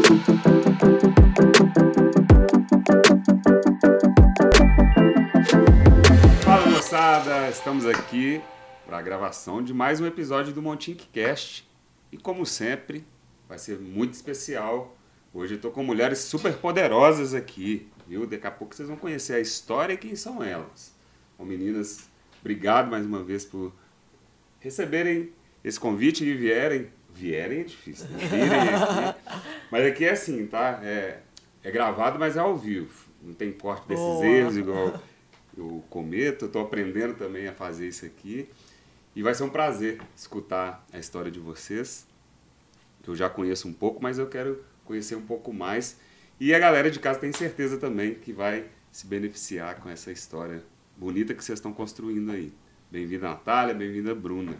Fala, moçada! Estamos aqui para a gravação de mais um episódio do Montinkcast. E como sempre, vai ser muito especial. Hoje eu estou com mulheres super poderosas aqui, viu? Daqui a pouco vocês vão conhecer a história e quem são elas. Bom, meninas, obrigado mais uma vez por receberem esse convite e vierem. Vierem é difícil, né? Virem aqui. Mas aqui é assim, tá? É gravado, mas é ao vivo. Não tem corte desses erros igual eu cometo. Eu estou aprendendo também a fazer isso aqui. E vai ser um prazer escutar a história de vocês. Que eu já conheço um pouco, mas eu quero conhecer um pouco mais. E a galera de casa tem certeza também que vai se beneficiar com essa história bonita que vocês estão construindo aí. Bem-vinda, Natália. Bem-vinda, Bruna.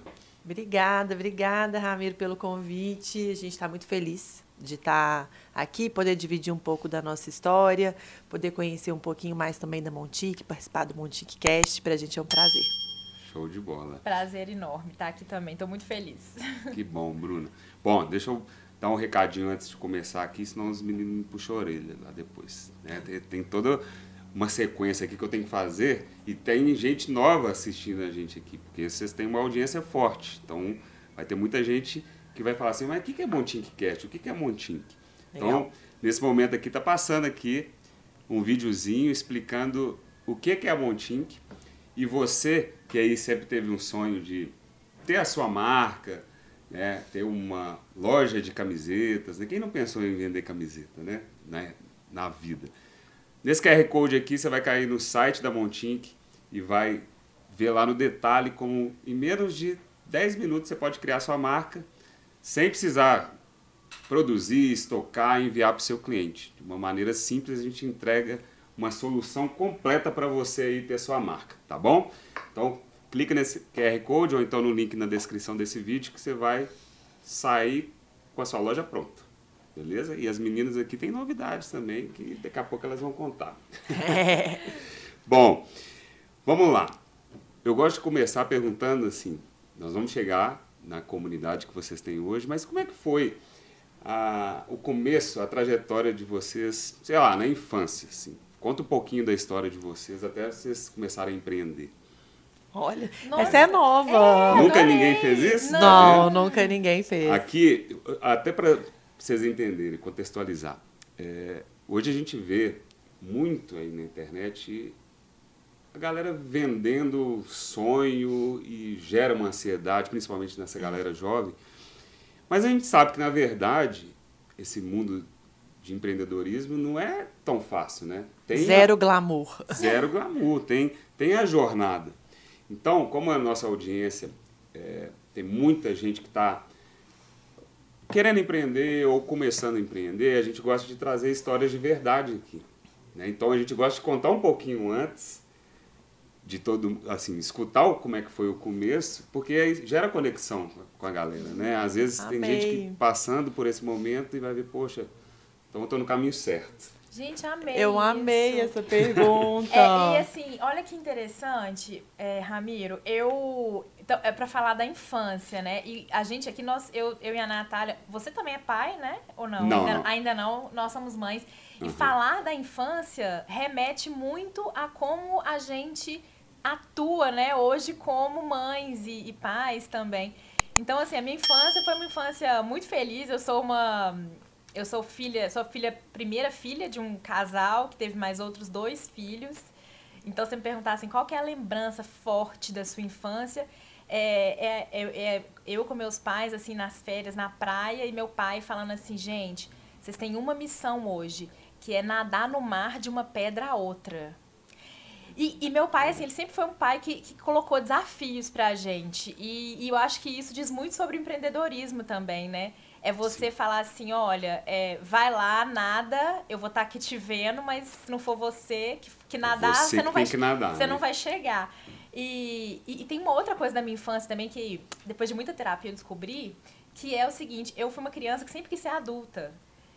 Obrigada, Ramiro, pelo convite. A gente está muito feliz de estar aqui, poder dividir um pouco da nossa história, poder conhecer um pouquinho mais também da Montink, participar do Montinkcast. Para a gente é um prazer. Show de bola. Prazer enorme estar aqui também. Estou muito feliz. Que bom, Bruna. Bom, deixa eu dar um recadinho antes de começar aqui, senão os meninos me puxam a orelha lá depois. Né? Tem toda uma sequência aqui que eu tenho que fazer e tem gente nova assistindo a gente aqui, porque vocês têm uma audiência forte. Então, vai ter muita gente que vai falar assim, mas o que é Montinkcast? O que é Montink? Então, nesse momento aqui, tá passando aqui um videozinho explicando o que é a Montink. E você, que aí sempre teve um sonho de ter a sua marca, né, ter uma loja de camisetas, né? Quem não pensou em vender camiseta, né, na vida? Nesse QR Code aqui, você vai cair no site da Montink e vai ver lá no detalhe como em menos de 10 minutos você pode criar sua marca sem precisar produzir, estocar e enviar para o seu cliente. De uma maneira simples, a gente entrega uma solução completa para você aí ter sua marca, tá bom? Então, clica nesse QR Code ou então no link na descrição desse vídeo que você vai sair com a sua loja pronta, beleza? E as meninas aqui têm novidades também que daqui a pouco elas vão contar. Bom, vamos lá. Eu gosto de começar perguntando assim, nós vamos chegar na comunidade que vocês têm hoje, mas como é que foi o começo, a trajetória de vocês, sei lá, na infância, assim? Conta um pouquinho da história de vocês até vocês começarem a empreender. Olha, Nossa, essa é nova. Nunca ninguém fez isso? Não, nunca ninguém fez. Aqui, até para vocês entenderem, contextualizar, hoje a gente vê muito aí na internet a galera vendendo sonho e gera uma ansiedade, principalmente nessa galera jovem. Mas a gente sabe que, na verdade, esse mundo de empreendedorismo não é tão fácil, né? Zero glamour. Zero glamour, tem a jornada. Então, como a nossa audiência tem muita gente que está querendo empreender ou começando a empreender, a gente gosta de trazer histórias de verdade aqui, né? Então, a gente gosta de contar um pouquinho antes de todo, assim, escutar como é que foi o começo, porque aí gera conexão com a galera, né? Às vezes tem gente que passando por esse momento e vai ver, poxa, então eu estou no caminho certo. Gente, amei. Eu amei essa pergunta. E assim, olha que interessante, Ramiro, então, é para falar da infância, né? E a gente aqui, eu e a Natália, você também é pai, né? Ou não? Não. Ainda não, nós somos mães. E falar da infância remete muito a como a gente atua, né? Hoje como mães e pais também. Então, assim, a minha infância foi uma infância muito feliz. Eu sou primeira filha de um casal que teve mais outros 2 filhos. Então, se me perguntar assim, qual que é a lembrança forte da sua infância? Eu com meus pais, assim, nas férias, na praia, e meu pai falando assim, gente, vocês têm uma missão hoje, que é nadar no mar de uma pedra a outra. E meu pai, assim, ele sempre foi um pai que colocou desafios pra gente. E eu acho que isso diz muito sobre empreendedorismo também, né? É você falar assim, olha, vai lá, nada, eu vou estar aqui te vendo, mas se não for você que nadar, você não vai chegar. E tem uma outra coisa da minha infância também que, depois de muita terapia, eu descobri, que é o seguinte, eu fui uma criança que sempre quis ser adulta.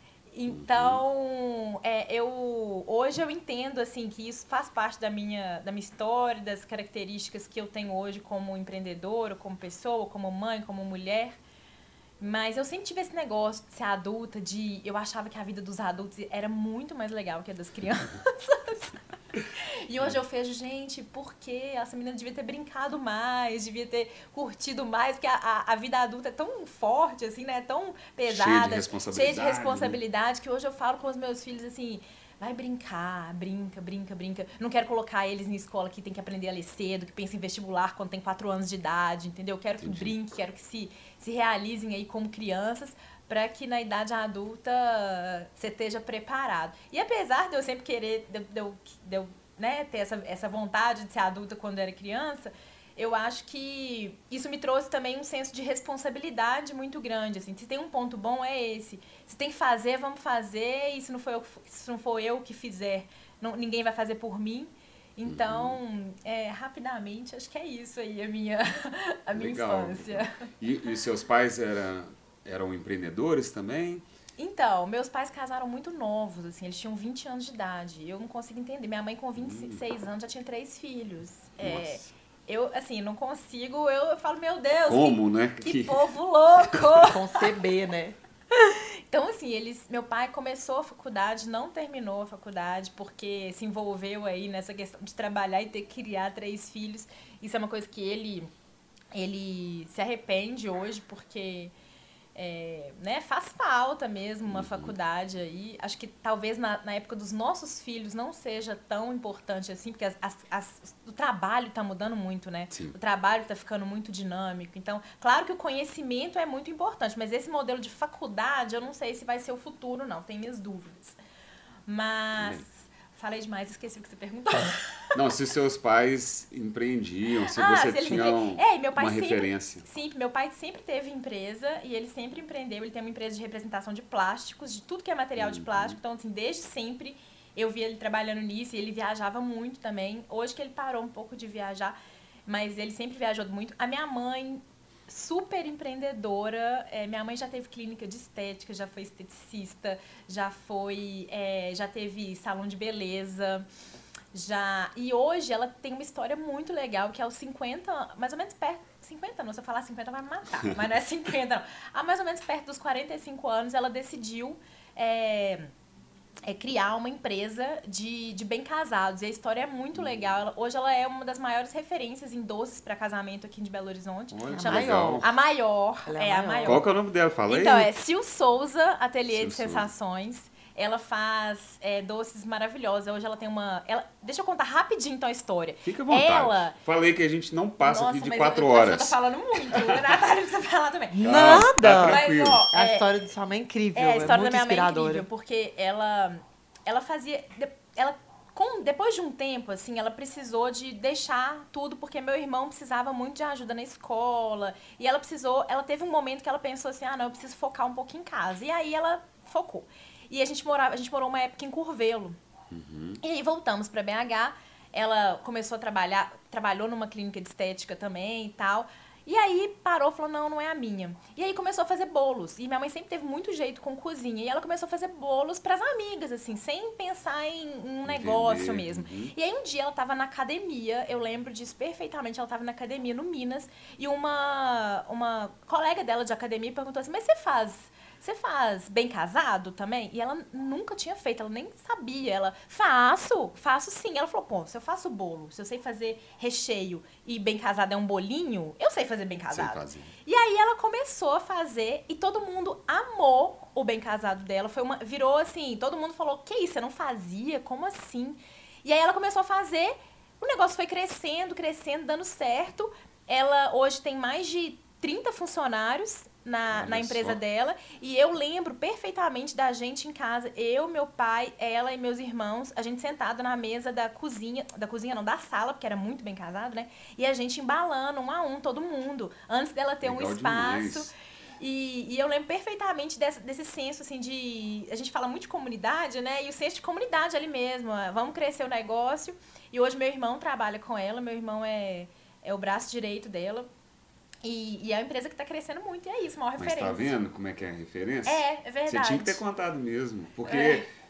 Então, hoje eu entendo assim, que isso faz parte da minha história, das características que eu tenho hoje como empreendedora, como pessoa, como mãe, como mulher. Mas eu sempre tive esse negócio de ser adulta, eu achava que a vida dos adultos era muito mais legal que a das crianças. E hoje eu vejo, gente, por que essa menina devia ter brincado mais, devia ter curtido mais, porque a vida adulta é tão forte, assim, né? É tão pesada, cheia de responsabilidade, que hoje eu falo com os meus filhos assim, vai brincar, brinca. Não quero colocar eles em escola que tem que aprender a ler cedo, que pensa em vestibular quando tem 4 anos de idade, entendeu? Quero que brinquem, quero que se realizem aí como crianças, para que na idade adulta você esteja preparado. E apesar de eu sempre querer, de eu né, ter essa vontade de ser adulta quando eu era criança, eu acho que isso me trouxe também um senso de responsabilidade muito grande. Assim. Se tem um ponto bom, é esse. Se tem que fazer, vamos fazer, e se não for eu que fizer, ninguém vai fazer por mim. Então, rapidamente, acho que é isso aí a minha infância. E seus pais eram empreendedores também? Então, meus pais casaram muito novos, assim, eles tinham 20 anos de idade. Eu não consigo entender. Minha mãe, com 26 anos, já tinha 3 filhos. Eu, assim, não consigo, eu falo, meu Deus, como, né? Que povo louco! Conceber, né? Então, assim, meu pai começou a faculdade, não terminou a faculdade, porque se envolveu aí nessa questão de trabalhar e ter que criar 3 filhos. Isso é uma coisa que ele se arrepende hoje, porque né, faz falta mesmo uma faculdade aí. Acho que talvez na época dos nossos filhos não seja tão importante assim, porque o trabalho está mudando muito, né? Sim. O trabalho está ficando muito dinâmico. Então, claro que o conhecimento é muito importante, mas esse modelo de faculdade, eu não sei se vai ser o futuro, não. Tenho minhas dúvidas. Mas... Falei demais, esqueci o que você perguntou. Não, se seus pais empreendiam, se você tinha uma referência. Sim, meu pai sempre teve empresa e ele sempre empreendeu. Ele tem uma empresa de representação de plásticos, de tudo que é material de plástico. Então, assim, desde sempre eu via ele trabalhando nisso e ele viajava muito também. Hoje que ele parou um pouco de viajar, mas ele sempre viajou muito. A minha mãe... super empreendedora, minha mãe já teve clínica de estética, já foi esteticista, já teve salão de beleza, e hoje ela tem uma história muito legal, que aos 50, mais ou menos perto, 50 não, se eu falar 50 vai me matar, mas não é 50 não, há mais ou menos perto dos 45 anos ela decidiu criar uma empresa de bem casados. E a história é muito legal. Hoje ela é uma das maiores referências em doces para casamento aqui de Belo Horizonte. Olha, a maior. A maior. Qual que é o nome dela? Fala aí. Então, é Sil Souza, Ateliê de Sensações. Ela faz doces maravilhosos. Hoje ela tem deixa eu contar rapidinho então a história. Fica à vontade. Falei que a gente não passa aqui de 4 horas. Eu tô falando muito. A Natália precisa falar também. Nada! Tá mas, a história de sua mãe é incrível. A história muito da minha inspiradora. mãe é incrível, porque ela fazia... Depois de um tempo, assim, ela precisou de deixar tudo, porque meu irmão precisava muito de ajuda na escola. E ela teve um momento que ela pensou assim, não, eu preciso focar um pouco em casa. E aí ela focou. E a gente morou uma época em Curvelo. E aí voltamos para BH. Ela começou a trabalhou numa clínica de estética também e tal. E aí parou, falou, não é a minha. E aí começou a fazer bolos. E minha mãe sempre teve muito jeito com cozinha. E ela começou a fazer bolos pras amigas, assim, sem pensar em um negócio mesmo. E aí um dia ela tava na academia, eu lembro disso perfeitamente, ela tava na academia no Minas, e uma colega dela de academia perguntou assim, mas você faz bem casado também? E ela nunca tinha feito, ela nem sabia. Ela, faço sim. Ela falou, pô, se eu faço bolo, se eu sei fazer recheio e bem casado é um bolinho, eu sei fazer bem casado. E aí ela começou a fazer e todo mundo amou o bem casado dela. Virou assim, todo mundo falou, que isso, você não fazia? Como assim? E aí ela começou a fazer, o negócio foi crescendo, dando certo. Ela hoje tem mais de 30 funcionários na empresa dela, e eu lembro perfeitamente da gente em casa, eu, meu pai, ela e meus irmãos, a gente sentado na mesa da sala, porque era muito bem casado, né? E a gente embalando um a um, todo mundo, antes dela ter legal um espaço. E eu lembro perfeitamente desse senso, assim, a gente fala muito de comunidade, né? E o senso de comunidade ali mesmo, vamos crescer o negócio. E hoje meu irmão trabalha com ela, meu irmão é o braço direito dela. E é uma empresa que está crescendo muito, e é isso, maior referência. Mas tá vendo como é que é a referência? É verdade. Você tinha que ter contado mesmo, porque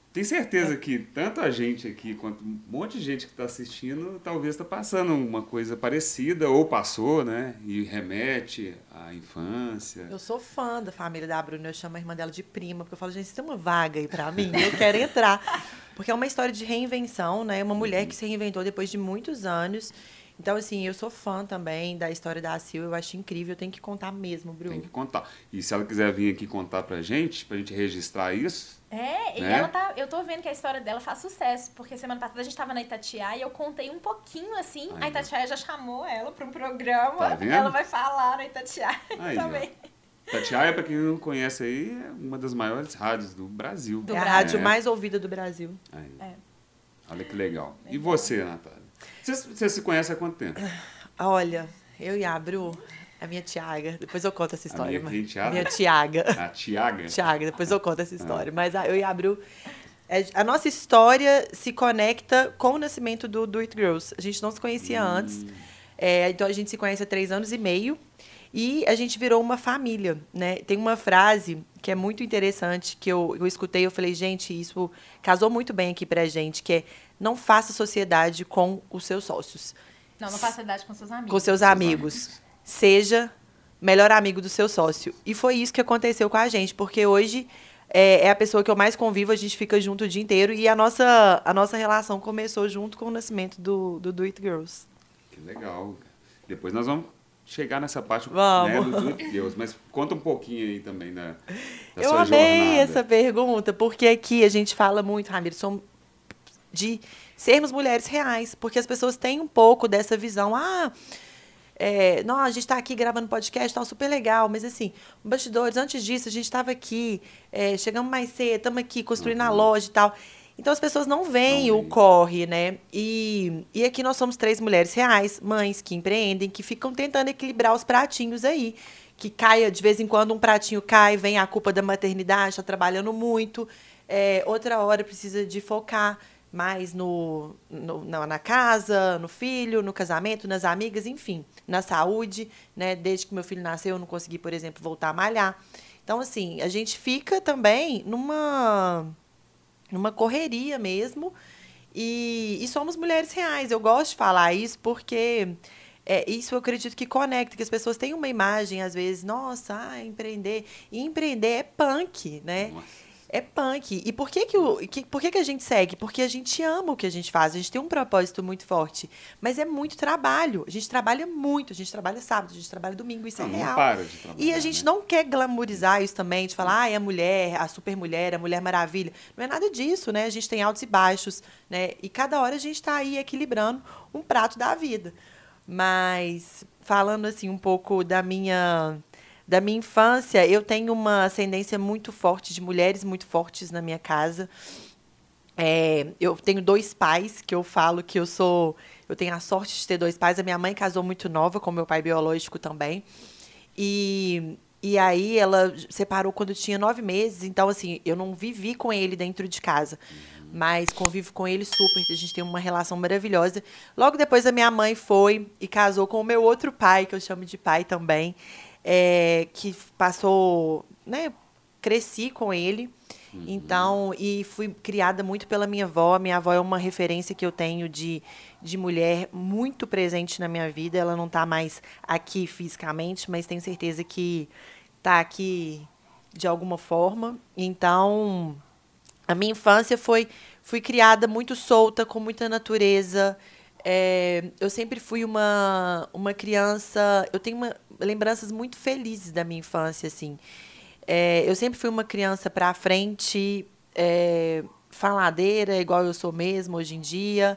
tenho certeza que tanto a gente aqui quanto um monte de gente que está assistindo talvez está passando uma coisa parecida ou passou, né? E remete à infância. Eu sou fã da família da Bruna, eu chamo a irmã dela de prima, porque eu falo, gente, você tem uma vaga aí pra mim, eu quero entrar. Porque é uma história de reinvenção, né? Uma mulher que se reinventou depois de muitos anos. Então, assim, eu sou fã também da história da Sil, eu acho incrível, eu tenho que contar mesmo, Bruno. Tem que contar. E se ela quiser vir aqui contar pra gente registrar isso... E né? ela tá. Eu tô vendo que a história dela faz sucesso, porque semana passada a gente tava na Itatiaia e eu contei um pouquinho assim. Aí, a Itatiaia já chamou ela para um programa. Tá vendo? Ela vai falar na Itatiaia Aí, também. Itatiaia, pra quem não conhece aí, é uma das maiores rádios do Brasil. É a rádio mais ouvida do Brasil. Aí. É. Olha que legal. E você, Natália? Você se conhece há quanto tempo? Olha, eu e a Bru, a minha Tiaga, depois eu conto essa história. minha enteada? Minha Tiaga. A Tiaga? Tiaga, depois eu conto essa história. Mas eu e a Bru, a nossa história se conecta com o nascimento do It Girls. A gente não se conhecia antes. Então a gente se conhece há 3 anos e meio. E a gente virou uma família, né? Tem uma frase que é muito interessante, que eu escutei, eu falei, gente, isso casou muito bem aqui pra gente, que é: não faça sociedade com os seus sócios. Não faça idade com seus amigos. Com seus amigos. Seja melhor amigo do seu sócio. E foi isso que aconteceu com a gente, porque hoje é a pessoa que eu mais convivo, a gente fica junto o dia inteiro, e a nossa relação começou junto com o nascimento do It Girls. Que legal. Depois nós vamos chegar nessa parte, vamos, né, do It Girls, mas conta um pouquinho aí também da eu sua amei jornada. essa pergunta, porque aqui a gente fala muito, Ramiro, de sermos mulheres reais, porque as pessoas têm um pouco dessa visão, não, a gente está aqui gravando podcast, tá super legal, mas assim, bastidores, antes disso, a gente estava aqui, chegamos mais cedo, estamos aqui construindo a loja e tal. Então, as pessoas não veem o corre, né? E aqui nós somos 3 mulheres reais, mães que empreendem, que ficam tentando equilibrar os pratinhos aí. Que caia, de vez em quando, um pratinho cai, vem a culpa da maternidade, está trabalhando muito. Outra hora precisa de focar mais na casa, no filho, no casamento, nas amigas, enfim, na saúde, né? Desde que meu filho nasceu, eu não consegui, por exemplo, voltar a malhar. Então, assim, a gente fica também numa correria mesmo, e somos mulheres reais. Eu gosto de falar isso porque isso eu acredito que conecta, que as pessoas têm uma imagem, às vezes, nossa, empreender. E empreender é punk, né? Nossa. É punk. E por que a gente segue? Porque a gente ama o que a gente faz, a gente tem um propósito muito forte. Mas é muito trabalho. A gente trabalha muito, a gente trabalha sábado, a gente trabalha domingo, isso é real. Não para de trabalhar, e a gente não quer glamourizar isso também, de falar, a mulher, a super mulher, a Mulher Maravilha. Não é nada disso, né? A gente tem altos e baixos, né? E cada hora a gente está aí equilibrando um prato da vida. Mas, falando assim um pouco da minha infância, eu tenho uma ascendência muito forte de mulheres muito fortes na minha casa. Eu tenho 2 pais, que eu falo que eu tenho a sorte de ter 2 pais. A minha mãe casou muito nova, com meu pai biológico também. E aí ela separou quando eu tinha 9 meses. Então, assim, eu não vivi com ele dentro de casa, mas convivo com ele super. A gente tem uma relação maravilhosa. Logo depois, a minha mãe foi e casou com o meu outro pai, que eu chamo de pai também. Que passou, né, cresci com ele, então, e fui criada muito pela minha avó. Minha avó é uma referência que eu tenho de mulher muito presente na minha vida. Ela não está mais aqui fisicamente, mas tenho certeza que está aqui de alguma forma. Então, a minha infância fui criada muito solta, com muita natureza. Eu sempre fui uma criança. Eu tenho lembranças muito felizes da minha infância, assim. Eu sempre fui uma criança para frente, faladeira, igual eu sou mesmo hoje em dia.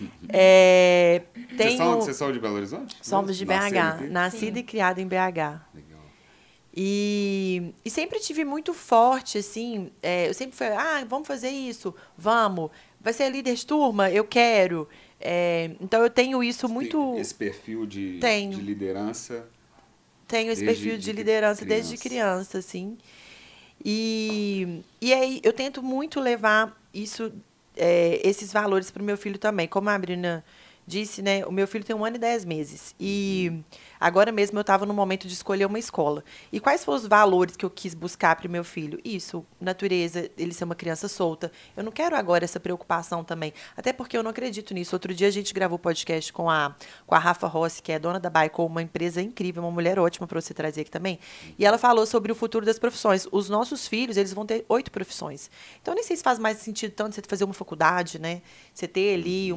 Vocês são de Belo Horizonte? Somos de BH, nascida e criada em BH. Legal. E sempre tive muito forte, assim. Eu sempre fui, vamos fazer isso, vamos. Vai ser líder de turma? Eu quero. Então, eu tenho isso muito... Esse perfil de liderança... Tenho esse perfil de liderança desde criança, assim. E aí, eu tento muito levar esses valores para o meu filho também. Como a Bruna disse, né? O meu filho tem 1 ano e 10 meses. E agora mesmo eu estava no momento de escolher uma escola. E quais foram os valores que eu quis buscar para o meu filho? Isso, natureza, ele ser uma criança solta. Eu não quero agora essa preocupação também. Até porque eu não acredito nisso. Outro dia a gente gravou podcast com a Rafa Rossi, que é dona da Baico, uma empresa incrível, uma mulher ótima para você trazer aqui também. E ela falou sobre o futuro das profissões. Os nossos filhos, eles vão ter 8 profissões. Então, nem sei se faz mais sentido tanto você fazer uma faculdade, né? Você ter ali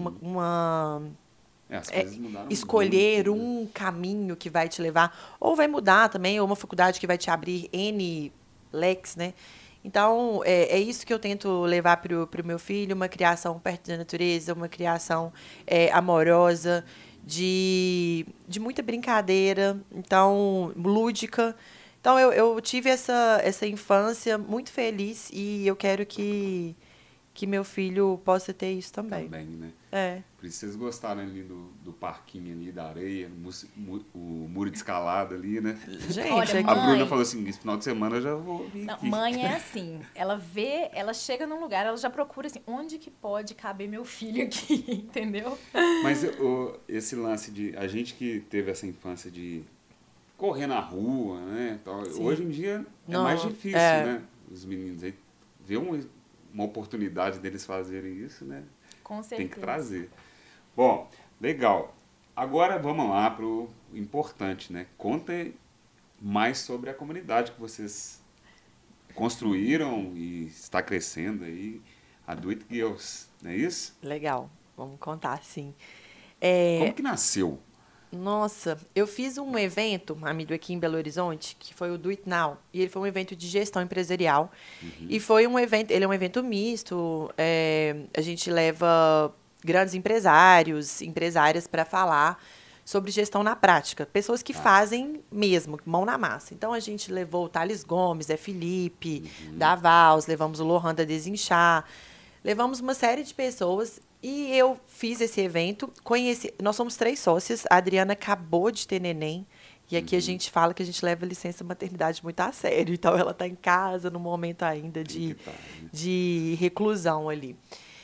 As coisas mudaram escolher muito, né? um caminho que vai te levar, ou vai mudar também, ou uma faculdade que vai te abrir N leques, né? Então, é isso que eu tento levar para o meu filho, uma criação perto da natureza, uma criação amorosa, de muita brincadeira, então, lúdica. Então, eu tive essa infância muito feliz e eu quero que meu filho possa ter isso também. Também, né? É. Por isso vocês gostaram ali do parquinho ali, da areia, o muro de escalada ali, né? Gente, Olha, aqui- A mãe- Bruna falou assim, esse final de semana eu já vou vir Não, aqui. mãe é assim, ela chega num lugar, ela já procura assim, onde que pode caber meu filho aqui, entendeu? Mas esse lance de... A gente que teve essa infância de correr na rua, né? Tal, Sim. hoje em dia é Não, mais difícil, é. né? Os meninos aí ver uma oportunidade deles fazerem isso, né? Com certeza. Tem que trazer. Bom, legal. Agora vamos lá para o importante, né? Contem mais sobre a comunidade que vocês construíram e está crescendo aí, a Do It Girls, não é isso? Legal, vamos contar, sim. Como que nasceu? Nossa, eu fiz um evento, amigo, aqui em Belo Horizonte, que foi o Do It Now. E ele foi um evento de gestão empresarial. E foi um evento, ele é um evento misto. A gente leva grandes empresários, empresárias para falar sobre gestão na prática. Pessoas que fazem mesmo, mão na massa. Então, a gente levou o Thales Gomes, Zé Felipe, da Vals, levamos o Lohan da Desinchar, levamos uma série de pessoas. E eu fiz esse evento, nós somos 3 sócias, a Adriana acabou de ter neném, e aqui a gente fala que a gente leva licença maternidade muito a sério, então ela está em casa no momento ainda de reclusão ali.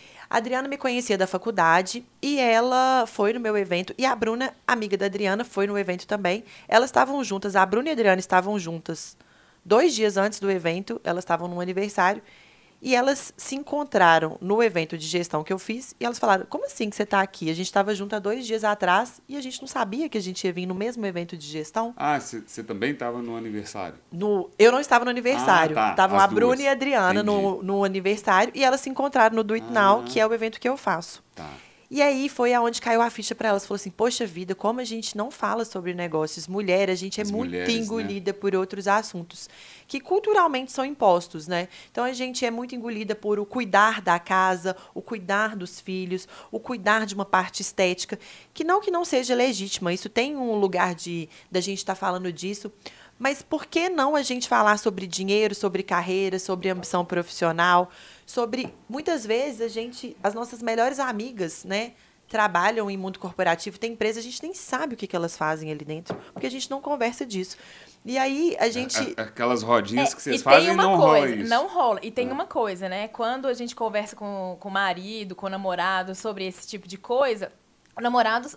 A Adriana me conhecia da faculdade e ela foi no meu evento, e a Bruna, amiga da Adriana, foi no evento também. Elas estavam juntas, a Bruna e a Adriana estavam juntas 2 dias antes do evento, elas estavam num aniversário. E elas se encontraram no evento de gestão que eu fiz e elas falaram, como assim que você está aqui? A gente estava junto há 2 dias atrás e a gente não sabia que a gente ia vir no mesmo evento de gestão. Ah, você também estava no aniversário? Eu não estava no aniversário. Ah, tá. Estavam As a Bruna duas. e a Adriana Entendi. no aniversário e elas se encontraram no Do It Now, que é o evento que eu faço. Tá. E aí foi aonde caiu a ficha para elas. Falou assim, poxa vida, como a gente não fala sobre negócios. Mulher, a gente é As muito mulheres, né? engolida por outros assuntos que culturalmente são impostos, né? Então a gente é muito engolida por o cuidar da casa, o cuidar dos filhos, o cuidar de uma parte estética, que não seja legítima. Isso tem um lugar da gente estar falando disso. Mas por que não a gente falar sobre dinheiro, sobre carreira, sobre ambição profissional, sobre muitas vezes as nossas melhores amigas, né, trabalham em mundo corporativo, tem empresa, a gente nem sabe o que elas fazem ali dentro, porque a gente não conversa disso. E aí a gente Aquelas rodinhas que vocês e fazem tem uma não coisa, rola isso. não rola. E tem uma coisa, né? Quando a gente conversa com o marido, com o namorado sobre esse tipo de coisa, o namorado,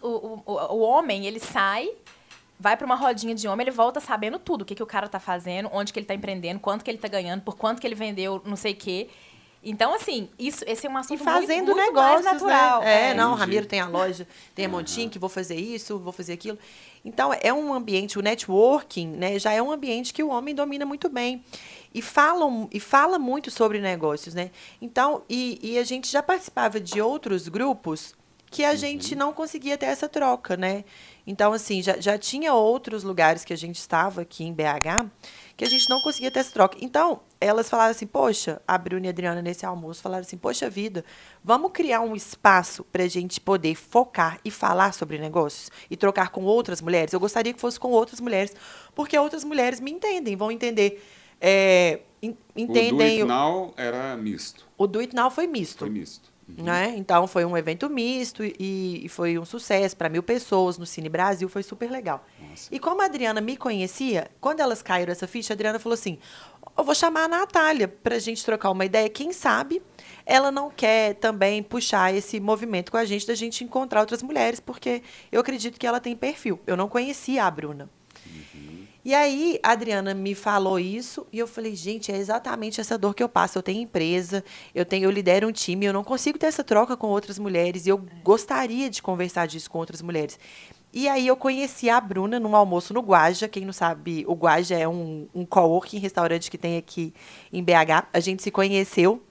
o homem, ele sai, vai pra uma rodinha de homem, ele volta sabendo tudo, o que o cara tá fazendo, onde que ele tá empreendendo, quanto que ele tá ganhando, por quanto que ele vendeu, não sei o quê. Então, assim, esse é um assunto e fazendo muito negócios, mais natural. né? Não, o Entendi. Ramiro tem a loja, tem a Montinho, que vou fazer isso, vou fazer aquilo. Então, é um ambiente, o networking, né, já é um ambiente que o homem domina muito bem. E fala muito sobre negócios, né? Então, e a gente já participava de outros grupos que a gente não conseguia ter essa troca, né? Então, assim, já tinha outros lugares que a gente estava aqui em BH que a gente não conseguia ter essa troca. Então, elas falaram assim, poxa, a Bruna e a Adriana nesse almoço falaram assim, poxa vida, vamos criar um espaço para a gente poder focar e falar sobre negócios e trocar com outras mulheres. Eu gostaria que fosse com outras mulheres, porque outras mulheres me entendem, vão entender. O Do It Now era misto. O Do It Now foi misto. Foi misto. né? Então, foi um evento misto e foi um sucesso para 1.000 pessoas no Cine Brasil, foi super legal. Nossa. E como a Adriana me conhecia, quando elas caíram essa ficha, a Adriana falou assim, eu vou chamar a Natália para a gente trocar uma ideia, quem sabe ela não quer também puxar esse movimento com a gente, da gente encontrar outras mulheres, porque eu acredito que ela tem perfil. Eu não conhecia a Bruna. E aí, a Adriana me falou isso e eu falei, gente, é exatamente essa dor que eu passo. Eu tenho empresa, eu lidero um time, eu não consigo ter essa troca com outras mulheres e eu gostaria de conversar disso com outras mulheres. E aí eu conheci a Bruna num almoço no Guaja. Quem não sabe, o Guaja é um coworking restaurante que tem aqui em BH. A gente se conheceu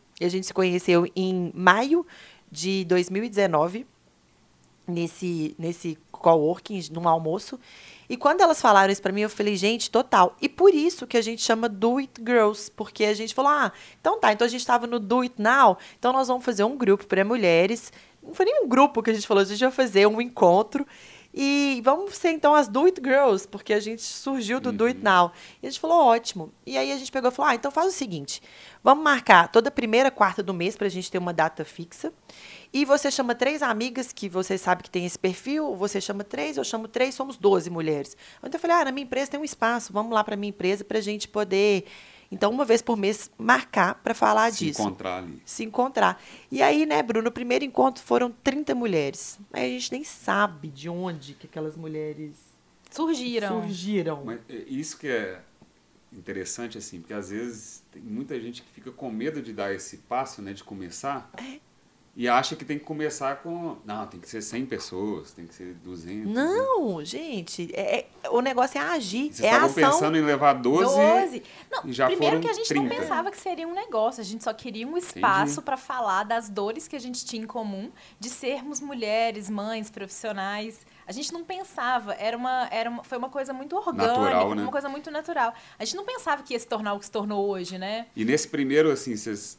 em maio de 2019, nesse coworking, num almoço. E quando elas falaram isso pra mim, eu falei, gente, total. E por isso que a gente chama Do It Girls, porque a gente falou, então a gente estava no Do It Now, então nós vamos fazer um grupo para mulheres. Não foi nem um grupo que a gente falou, a gente vai fazer um encontro. E vamos ser, então, as Do It Girls, porque a gente surgiu do Do It Now. E a gente falou, ótimo. E aí a gente pegou e falou, então faz o seguinte, vamos marcar toda primeira quarta do mês pra gente ter uma data fixa. E você chama 3 amigas que você sabe que tem esse perfil, você chama 3, eu chamo 3, somos 12 mulheres. Então eu falei, na minha empresa tem um espaço, vamos lá pra minha empresa pra gente poder... Então, uma vez por mês, marcar para falar disso. Se encontrar ali. Se encontrar. E aí, né, Bruno, no primeiro encontro foram 30 mulheres. Aí a gente nem sabe de onde que aquelas mulheres surgiram. Mas isso que é interessante, assim, porque às vezes tem muita gente que fica com medo de dar esse passo, né, de começar. E acha que tem que começar com... Não, tem que ser 100 pessoas, tem que ser 200. Não, gente, o negócio é agir, Vocês é a estavam ação. pensando em levar 12 Não, e já primeiro foram que a gente 30. não pensava que seria um negócio, a gente só queria um espaço para falar das dores que a gente tinha em comum, de sermos mulheres, mães, profissionais. A gente não pensava, foi uma coisa muito orgânica, natural, né? Uma coisa muito natural. A gente não pensava que ia se tornar o que se tornou hoje, né? E nesse primeiro, assim, vocês...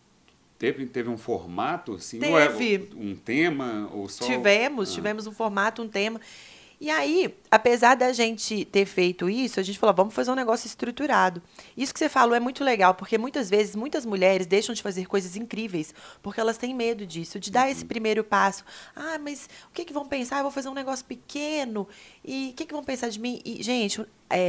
Teve um formato, assim? Teve. Não é um tema ou só... Tivemos um formato, um tema. E aí, apesar da gente ter feito isso, a gente falou, vamos fazer um negócio estruturado. Isso que você falou é muito legal, porque muitas vezes, muitas mulheres deixam de fazer coisas incríveis, porque elas têm medo disso, de dar esse primeiro passo. Mas o que vão pensar? Eu vou fazer um negócio pequeno, e o que vão pensar de mim? E, gente,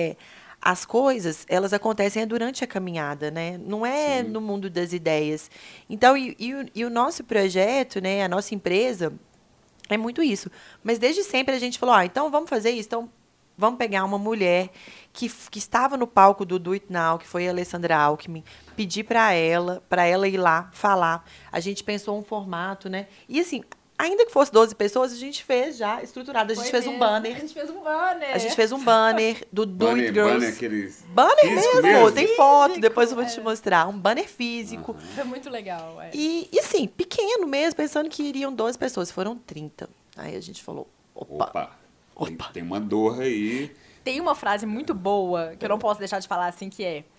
as coisas, elas acontecem durante a caminhada, né? Não é no mundo das ideias. Então, e o nosso projeto, né, a nossa empresa, é muito isso. Mas desde sempre a gente falou, então vamos fazer isso. Então, vamos pegar uma mulher que estava no palco do Do It Now, que foi a Alessandra Alckmin, pedir para ela ir lá falar. A gente pensou um formato, né? E assim... Ainda que fosse 12 pessoas, a gente fez já estruturado. A gente fez um banner. A gente fez um banner. A gente fez um banner do Do It Girls. Banner, aqueles... Banner mesmo, tem foto, Físico, depois eu vou te mostrar. Um banner físico. Foi muito legal. E assim, pequeno mesmo, pensando que iriam 12 pessoas. Foram 30. Aí a gente falou, opa. Tem uma dor aí. Tem uma frase muito boa, que eu não posso deixar de falar assim, que é...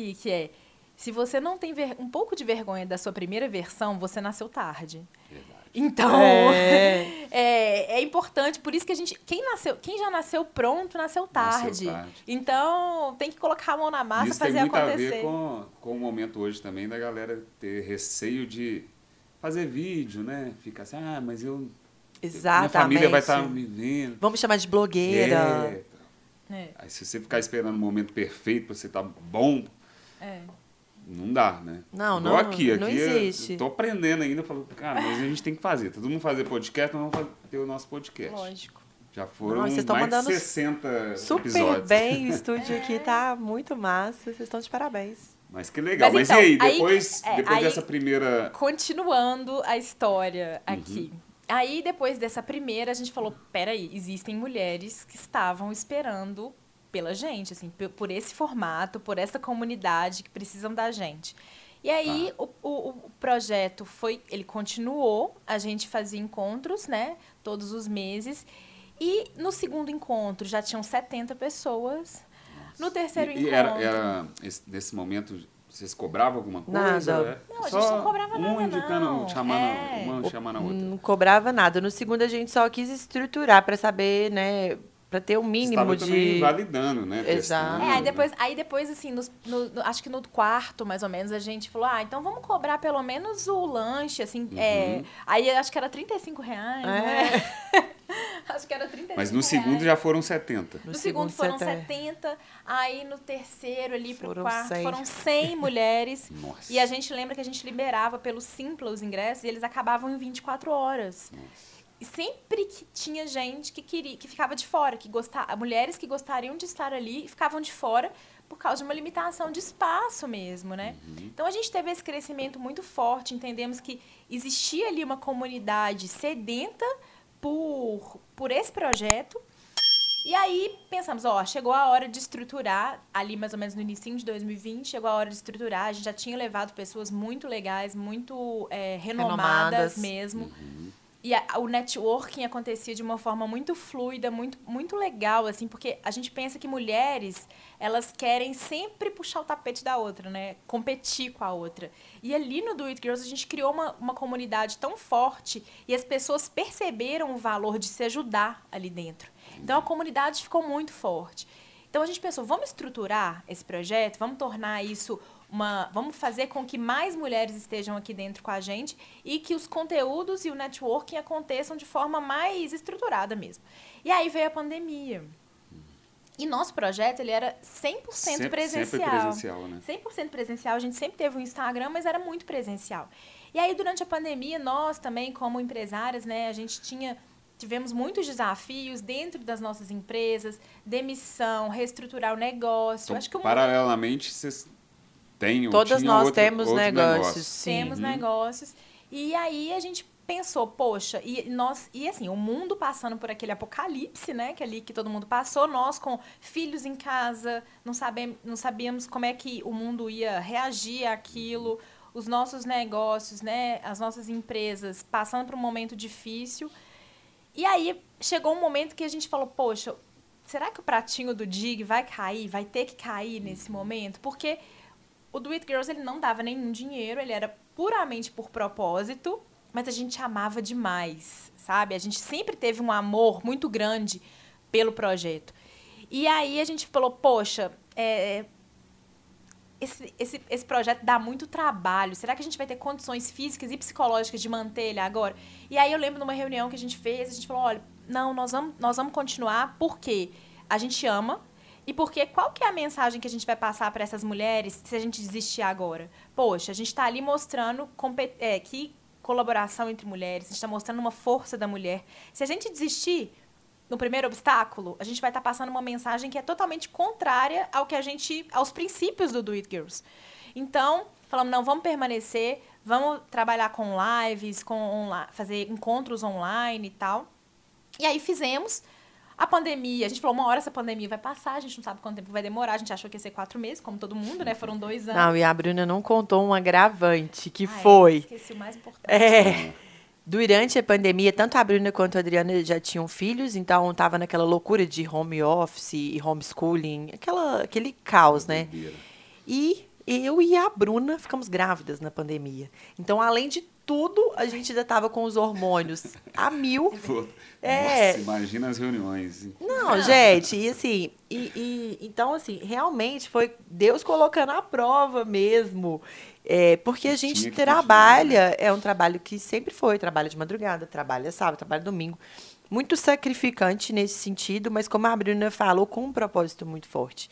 Se você não tem um pouco de vergonha da sua primeira versão, você nasceu tarde. Verdade. Então, é importante, por isso que quem já nasceu pronto, nasceu tarde. Então, tem que colocar a mão na massa e fazer acontecer. Isso tem muito a ver com o momento hoje também da galera ter receio de fazer vídeo, né? Ficar assim, mas eu... Exatamente. Minha família vai estar me vendo. Vamos chamar de blogueira. Aí se você ficar esperando o momento perfeito para você estar bom... Não dá, né? Não existe. Eu tô aprendendo ainda, falo, cara, mas a gente tem que fazer. Todo mundo fazer podcast, nós vamos ter o nosso podcast. Lógico. Já foram mais de 60 super episódios. Super bem, o estúdio aqui tá muito massa, vocês estão de parabéns. Mas que legal. Mas então, e aí, depois dessa primeira... Continuando a história aqui. Aí, depois dessa primeira, a gente falou, peraí, existem mulheres que estavam esperando... pela gente, assim, por esse formato, por essa comunidade que precisam da gente. E aí, o projeto ele continuou, a gente fazia encontros, né, todos os meses, e no segundo encontro já tinham 70 pessoas. Nossa. No terceiro encontro... Nesse momento, vocês cobravam alguma coisa? Nada. Não, a gente não cobrava nada, indicando, chamando a outra. Não cobrava nada. No segundo, a gente só quis estruturar para saber, né... para ter o mínimo Estava de... também validando, né? Exato. Testando, Aí depois assim, acho que no quarto, mais ou menos, a gente falou, então vamos cobrar pelo menos o lanche, assim, aí acho que era R$35, né? Acho que era R$35. Mas no segundo já foram 70. No segundo foram 70, aí no terceiro ali pro quarto 100. foram 100 mulheres. Nossa. E a gente lembra que a gente liberava pelo Simpla os ingressos e eles acabavam em 24 horas. Nossa. E sempre que tinha gente que ficava de fora, mulheres que gostariam de estar ali ficavam de fora por causa de uma limitação de espaço mesmo, né? Então a gente teve esse crescimento muito forte, entendemos que existia ali uma comunidade sedenta por esse projeto. E aí pensamos, chegou a hora de estruturar, ali mais ou menos no início de 2020, chegou a hora de estruturar, a gente já tinha levado pessoas muito legais, muito renomadas mesmo. E o networking acontecia de uma forma muito fluida, muito, muito legal, assim, porque a gente pensa que mulheres, elas querem sempre puxar o tapete da outra, né? Competir com a outra. E ali no Do It Girls, a gente criou uma comunidade tão forte e as pessoas perceberam o valor de se ajudar ali dentro. Então, a comunidade ficou muito forte. Então, a gente pensou, vamos estruturar esse projeto, vamos tornar isso... Vamos fazer com que mais mulheres estejam aqui dentro com a gente e que os conteúdos e o networking aconteçam de forma mais estruturada mesmo. E aí veio a pandemia. E nosso projeto, ele era 100% presencial. Sempre presencial, né? 100% presencial. A gente sempre teve um Instagram, mas era muito presencial. E aí, durante a pandemia, nós também, como empresárias, né, a gente tivemos muitos desafios dentro das nossas empresas, demissão, reestruturar o negócio. Então, acho que paralelamente, vocês... Todas nós temos negócios. Sim. Temos negócios. E aí a gente pensou, poxa, e assim, o mundo passando por aquele apocalipse, né? Que todo mundo passou, nós com filhos em casa, não sabíamos como é que o mundo ia reagir àquilo, os nossos negócios, né? As nossas empresas passando por um momento difícil. E aí chegou um momento que a gente falou, poxa, será que o pratinho do Dig vai cair? Vai ter que cair nesse momento? Porque o Do It Girls, ele não dava nenhum dinheiro, ele era puramente por propósito, mas a gente amava demais, sabe? A gente sempre teve um amor muito grande pelo projeto. E aí a gente falou, poxa, esse projeto dá muito trabalho, será que a gente vai ter condições físicas e psicológicas de manter ele agora? E aí eu lembro de uma reunião que a gente fez, a gente falou, olha, não, nós vamos continuar porque a gente ama. E porque qual que é a mensagem que a gente vai passar para essas mulheres se a gente desistir agora? Poxa, a gente está ali mostrando que colaboração entre mulheres, a gente está mostrando uma força da mulher. Se a gente desistir no primeiro obstáculo, a gente vai estar passando uma mensagem que é totalmente contrária aos princípios do Do It Girls. Então, falamos, não, vamos permanecer, vamos trabalhar com lives, fazer encontros online e tal. E aí fizemos. A pandemia, a gente falou, uma hora essa pandemia vai passar, a gente não sabe quanto tempo vai demorar, a gente achou que ia ser 4 meses, como todo mundo, né? Foram 2 anos. Não, e a Bruna não contou um agravante, que foi... Esqueci o mais importante. Durante a pandemia, tanto a Bruna quanto a Adriana já tinham filhos, então estava naquela loucura de home office e homeschooling, aquele caos, né? E eu e a Bruna ficamos grávidas na pandemia. Então, além de tudo, a gente ainda estava com os hormônios a 1000. Nossa, imagina as reuniões. Não, gente, e assim, então, assim, realmente foi Deus colocando à prova mesmo. Porque a gente trabalha, é um trabalho que sempre foi, trabalha de madrugada, trabalha sábado, trabalha domingo. Muito sacrificante nesse sentido, mas como a Bruna falou, com um propósito muito forte.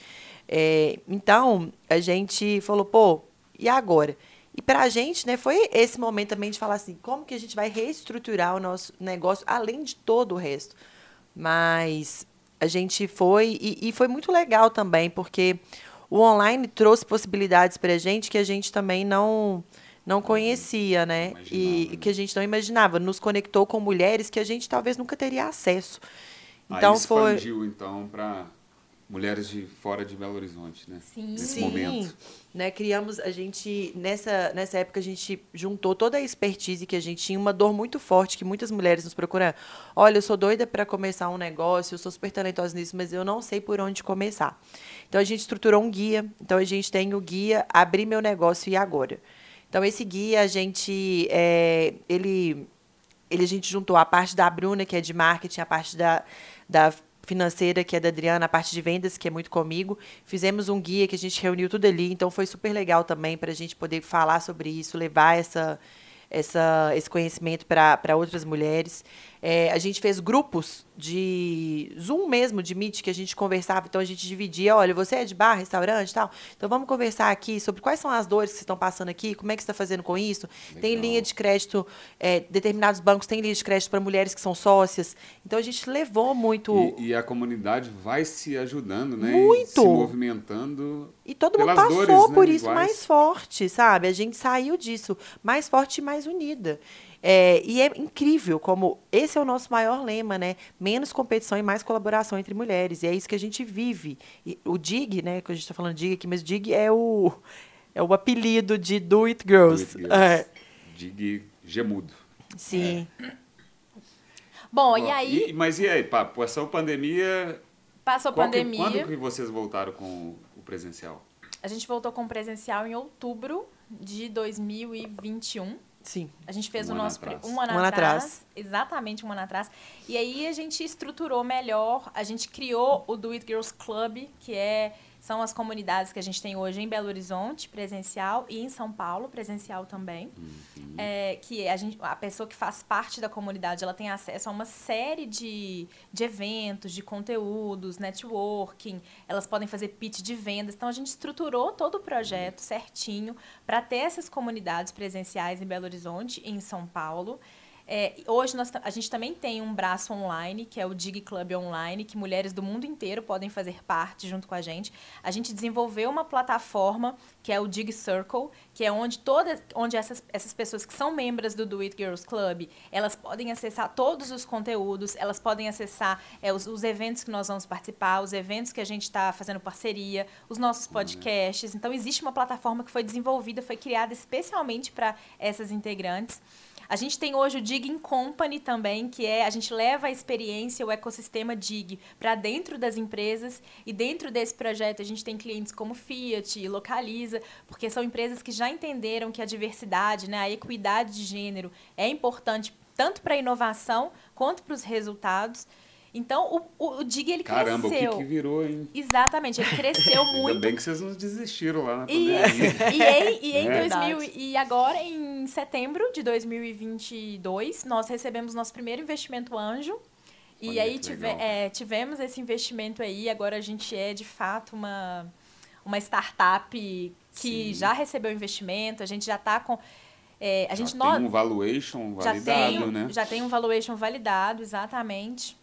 Então, a gente falou, pô, e agora? E para a gente, né, foi esse momento também de falar assim, como que a gente vai reestruturar o nosso negócio, além de todo o resto. Mas a gente foi, e foi muito legal também, porque o online trouxe possibilidades para a gente que a gente também não conhecia, né? E que a gente não imaginava. Nos conectou com mulheres que a gente talvez nunca teria acesso. Então, aí expandiu, então, para mulheres de fora de Belo Horizonte, né? Sim. Nesse momento. Né, criamos, a gente, nessa época, a gente juntou toda a expertise que a gente tinha, uma dor muito forte que muitas mulheres nos procuram. Olha, eu sou doida para começar um negócio, eu sou super talentosa nisso, mas eu não sei por onde começar. Então, a gente estruturou um guia. Então, a gente tem o guia Abrir Meu Negócio e Agora. Então, esse guia, a gente juntou a parte da Bruna, que é de marketing, a parte da financeira, que é da Adriana, a parte de vendas, que é muito comigo. Fizemos um guia que a gente reuniu tudo ali, então foi super legal também para a gente poder falar sobre isso, levar esse conhecimento para outras mulheres. A gente fez grupos de Zoom mesmo, de Meet, que a gente conversava. Então, a gente dividia, olha, você é de bar, restaurante e tal? Então, vamos conversar aqui sobre quais são as dores que vocês estão passando aqui, como é que você está fazendo com isso. Legal. Tem linha de crédito, determinados bancos têm linha de crédito para mulheres que são sócias. Então, a gente levou muito... E a comunidade vai se ajudando, né? Muito! E se movimentando. E todo mundo passou dores, por né, isso iguais. mais forte, sabe? A gente saiu disso mais forte e mais unida. E é incrível como esse é o nosso maior lema, né? Menos competição e mais colaboração entre mulheres. E é isso que a gente vive. E o DIG, né? Que a gente está falando DIG aqui, mas DIG é o apelido de Do It Girls. Do It Girls. DIG gemudo. Sim. Bom, e aí... Mas e aí, passou a pandemia... Passou a pandemia. Quando que vocês voltaram com o presencial? A gente voltou com o presencial em outubro de 2021. Sim. A gente fez Um o ano nosso... atrás. Um ano atrás. Exatamente, um ano atrás. E aí a gente estruturou melhor, a gente criou o Do It Girls Club, que são as comunidades que a gente tem hoje em Belo Horizonte, presencial, e em São Paulo, presencial também. Que a pessoa que faz parte da comunidade, ela tem acesso a uma série de eventos, de conteúdos, networking, elas podem fazer pitch de vendas. Então, a gente estruturou todo o projeto certinho para ter essas comunidades presenciais em Belo Horizonte e em São Paulo. Hoje a gente também tem um braço online, que é o DIG Club Online, que mulheres do mundo inteiro podem fazer parte junto com a gente. A gente desenvolveu uma plataforma, que é o DIG Circle, que é onde essas pessoas que são membros do Do It Girls Club, elas podem acessar todos os conteúdos, elas podem acessar os eventos que nós vamos participar, os eventos que a gente está fazendo parceria, os nossos podcasts. Então, existe uma plataforma que foi desenvolvida, foi criada especialmente para essas integrantes. A gente tem hoje o Dig Company também, que a gente leva a experiência, o ecossistema Dig para dentro das empresas, e dentro desse projeto a gente tem clientes como Fiat, Localiza, porque são empresas que já entenderam que a diversidade, né, a equidade de gênero é importante tanto para a inovação quanto para os resultados. Então, o DIG, ele cresceu. Caramba, o que virou, hein? Exatamente, ele cresceu muito. Ainda bem que vocês não desistiram lá na pandemia. E agora, em setembro de 2022, nós recebemos nosso primeiro investimento anjo. E aí tivemos esse investimento aí. Agora a gente é, de fato, uma startup que já recebeu investimento. A gente já está com... tem um valuation validado, né? Já tem um valuation validado, exatamente.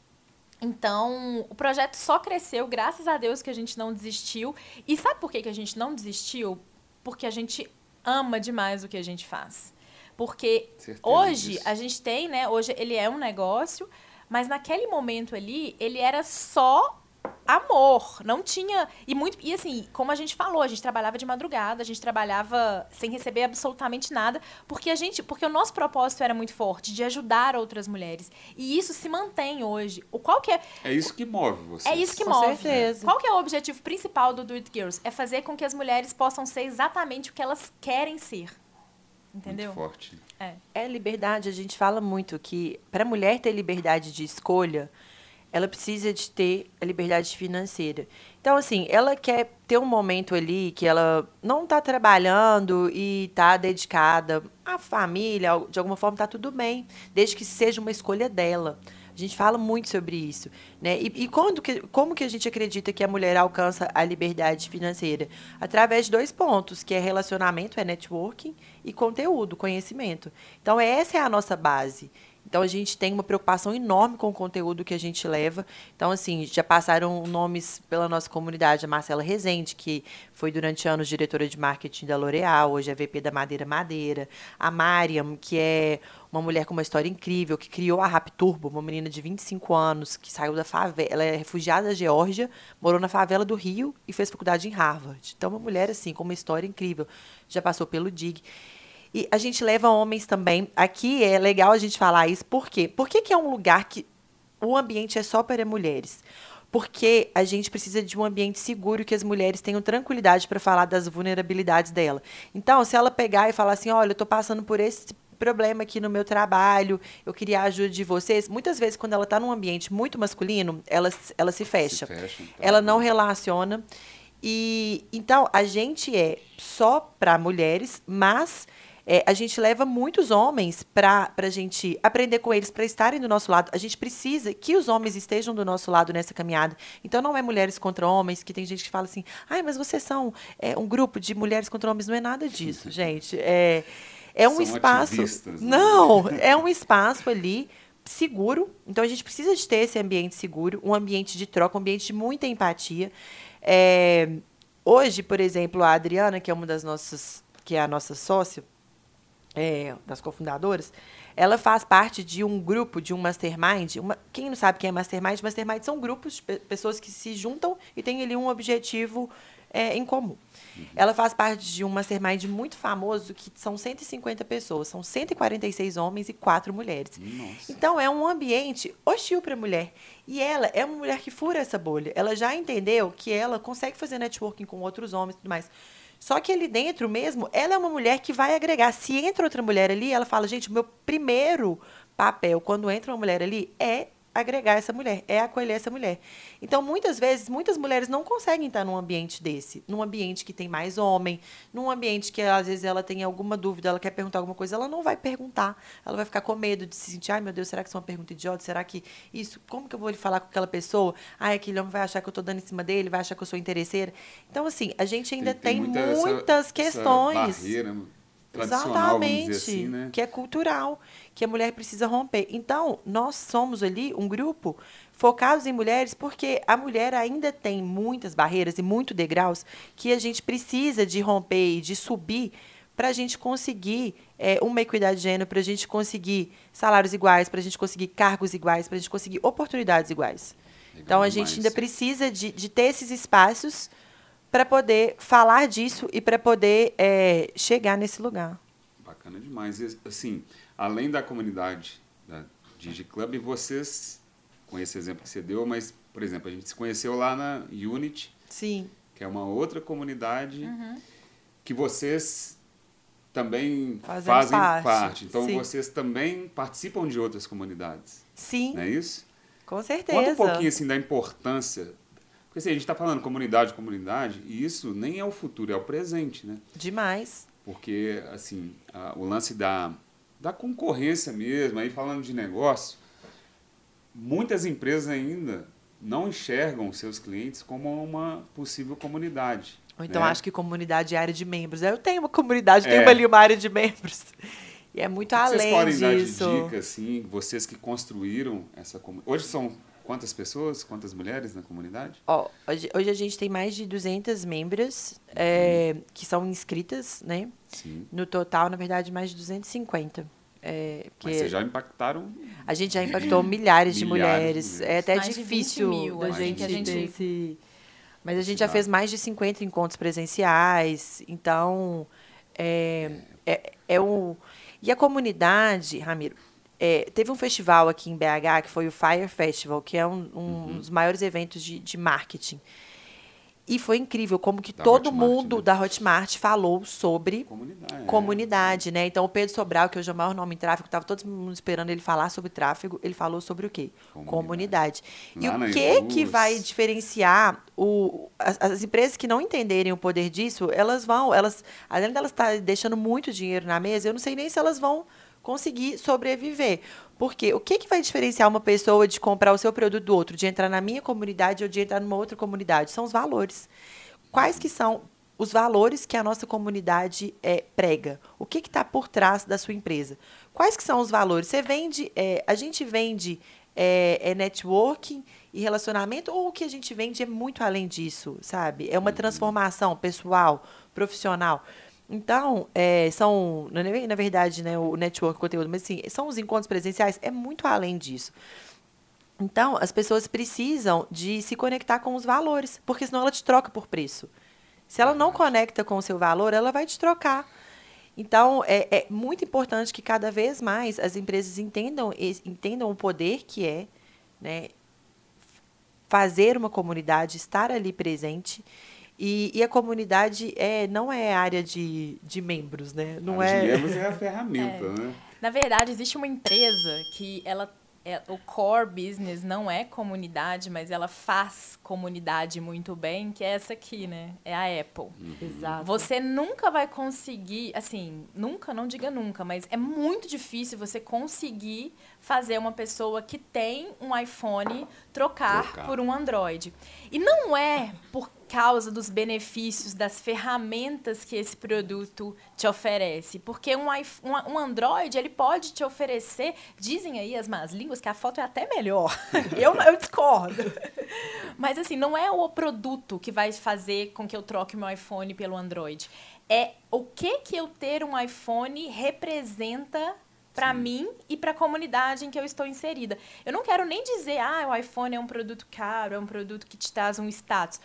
Então, o projeto só cresceu, graças a Deus que a gente não desistiu. E sabe por que a gente não desistiu? Porque a gente ama demais o que a gente faz. Porque hoje a gente tem, né? Hoje ele é um negócio, mas naquele momento ali, ele era só amor, não tinha... E assim, como a gente falou, a gente trabalhava de madrugada, a gente trabalhava sem receber absolutamente nada, porque o nosso propósito era muito forte, de ajudar outras mulheres. E isso se mantém hoje. É isso que move você. É isso que move. Certeza. Qual que é o objetivo principal do Do It Girls? É fazer com que as mulheres possam ser exatamente o que elas querem ser. Entendeu? Muito forte. É liberdade. A gente fala muito que para a mulher ter liberdade de escolha, ela precisa de ter a liberdade financeira. Então, assim, ela quer ter um momento ali que ela não está trabalhando e está dedicada à família, de alguma forma está tudo bem, desde que seja uma escolha dela. A gente fala muito sobre isso, né? E como que a gente acredita que a mulher alcança a liberdade financeira? Através de 2 pontos, que é relacionamento, networking, e conteúdo, conhecimento. Então, essa é a nossa base. Então, a gente tem uma preocupação enorme com o conteúdo que a gente leva. Então, assim, já passaram nomes pela nossa comunidade. A Marcela Rezende, que foi durante anos diretora de marketing da L'Oréal, hoje é VP da Madeira. A Mariam, que é uma mulher com uma história incrível, que criou a Rapturbo, uma menina de 25 anos, que saiu da favela. Ela é refugiada da Geórgia, morou na favela do Rio e fez faculdade em Harvard. Então, uma mulher, assim, com uma história incrível. Já passou pelo DIG. E a gente leva homens também. Aqui é legal a gente falar isso. Por quê? Por que é um lugar que o ambiente é só para mulheres? Porque a gente precisa de um ambiente seguro que as mulheres tenham tranquilidade para falar das vulnerabilidades dela. Então, se ela pegar e falar assim, olha, eu estou passando por problema aqui no meu trabalho, eu queria a ajuda de vocês. Muitas vezes, quando ela está num ambiente muito masculino, ela se fecha. Então, Ela não relaciona. E então, a gente é só para mulheres, mas a gente leva muitos homens para a gente aprender com eles, para estarem do nosso lado. A gente precisa que os homens estejam do nosso lado nessa caminhada. Então, não é mulheres contra homens, que tem gente que fala assim, ai, mas vocês são um grupo de mulheres contra homens. Não é nada disso, gente. É um São espaço... ativistas, né? Não, é um espaço ali seguro. Então, a gente precisa de ter esse ambiente seguro, um ambiente de troca, um ambiente de muita empatia. Hoje, por exemplo, a Adriana, que é uma das nossas... que é a nossa sócia, das cofundadoras, ela faz parte de um grupo, de um mastermind. Quem não sabe o que é mastermind? Mastermind são grupos de pessoas que se juntam e têm ali um objetivo em comum. Ela faz parte de um mastermind muito famoso, que são 150 pessoas. São 146 homens e 4 mulheres. Nossa. Então, é um ambiente hostil para a mulher. E ela é uma mulher que fura essa bolha. Ela já entendeu que ela consegue fazer networking com outros homens e tudo mais. Só que ali dentro mesmo, ela é uma mulher que vai agregar. Se entra outra mulher ali, ela fala, gente, o meu primeiro papel, quando entra uma mulher ali, é agregar essa mulher, é acolher essa mulher. Então, muitas vezes, muitas mulheres não conseguem estar num ambiente desse, num ambiente que tem mais homem, num ambiente que, às vezes, ela tem alguma dúvida, ela quer perguntar alguma coisa, ela não vai perguntar, ela vai ficar com medo de se sentir, ai, meu Deus, será que isso é uma pergunta idiota? Será que isso, como que eu vou falar com aquela pessoa? Ai, aquele homem vai achar que eu estou dando em cima dele, vai achar que eu sou interesseira. Então, assim, a gente ainda tem muitas questões. Essa barreira tradicional, vamos dizer assim, né? Que é cultural, que a mulher precisa romper. Então, nós somos ali um grupo focados em mulheres, porque a mulher ainda tem muitas barreiras e muitos degraus que a gente precisa de romper e de subir para a gente conseguir uma equidade de gênero, para a gente conseguir salários iguais, para a gente conseguir cargos iguais, para a gente conseguir oportunidades iguais. Legal então, a demais. gente ainda precisa de ter esses espaços para poder falar disso e para poder chegar nesse lugar. Bacana demais. E, assim, além da comunidade da DigiClub, vocês, com esse exemplo que você deu, mas, por exemplo, a gente se conheceu lá na Unity, Sim. que é uma outra comunidade que vocês também fazem parte. Então, Sim. vocês também participam de outras comunidades. Sim. Não é isso? Com certeza. Conta um pouquinho assim, da importância. Porque assim, a gente está falando comunidade, e isso nem é o futuro, é o presente, né? Demais. Porque, assim, o lance da concorrência mesmo, aí falando de negócio, muitas empresas ainda não enxergam seus clientes como uma possível comunidade. Ou então né? acho que comunidade é área de membros. Eu tenho uma comunidade, tenho ali uma área de membros. E é muito além vocês podem disso. dar de dica, assim, vocês que construíram essa comunidade. Hoje são quantas pessoas, quantas mulheres na comunidade? Hoje a gente tem mais de 200 membros que são inscritas, né? Sim. No total, na verdade, mais de 250. Mas vocês já impactaram... A gente já impactou milhares de mulheres. É até mais difícil de 20 mil, da assim, gente que a gente... ter esse... Mas a gente já fez mais de 50 encontros presenciais. Então, E a comunidade, Ramiro, teve um festival aqui em BH, que foi o Fire Festival, que é um dos maiores eventos de marketing. E foi incrível como que todo mundo da Hotmart falou sobre comunidade, né? Então, o Pedro Sobral, que hoje é o maior nome em tráfego, estava todo mundo esperando ele falar sobre tráfego, ele falou sobre o quê? Comunidade. E o que vai diferenciar as empresas que não entenderem o poder disso, além delas estarem deixando muito dinheiro na mesa, eu não sei nem se elas vão conseguir sobreviver. Porque o que vai diferenciar uma pessoa de comprar o seu produto do outro, de entrar na minha comunidade ou de entrar numa outra comunidade? São os valores. Quais que são os valores que a nossa comunidade prega? O que está por trás da sua empresa? Quais que são os valores? Você vende, a gente vende networking e relacionamento, ou o que a gente vende é muito além disso, sabe? É uma transformação pessoal, profissional. Então, na verdade, né, o network, o conteúdo, mas assim, são os encontros presenciais, é muito além disso. Então, as pessoas precisam de se conectar com os valores, porque senão ela te troca por preço. Se ela não conecta com o seu valor, ela vai te trocar. Então, é muito importante que cada vez mais as empresas entendam o poder que é, né, fazer uma comunidade, estar ali presente. E a comunidade não é área de membros, né? Não de membros é a ferramenta, né? Na verdade, existe uma empresa que o core business não é comunidade, mas ela faz comunidade muito bem, que é essa aqui, né? É a Apple. Exato. Você nunca vai conseguir, assim, nunca, não diga nunca, mas é muito difícil você conseguir fazer uma pessoa que tem um iPhone trocar por um Android. E não é por causa dos benefícios, das ferramentas que esse produto te oferece. Porque um Android, ele pode te oferecer, dizem aí as más línguas, que a foto é até melhor. Eu discordo. Mas, assim, não é o produto que vai fazer com que eu troque meu iPhone pelo Android. É o que eu ter um iPhone representa para mim e para a comunidade em que eu estou inserida. Eu não quero nem dizer, o iPhone é um produto caro, é um produto que te traz um status.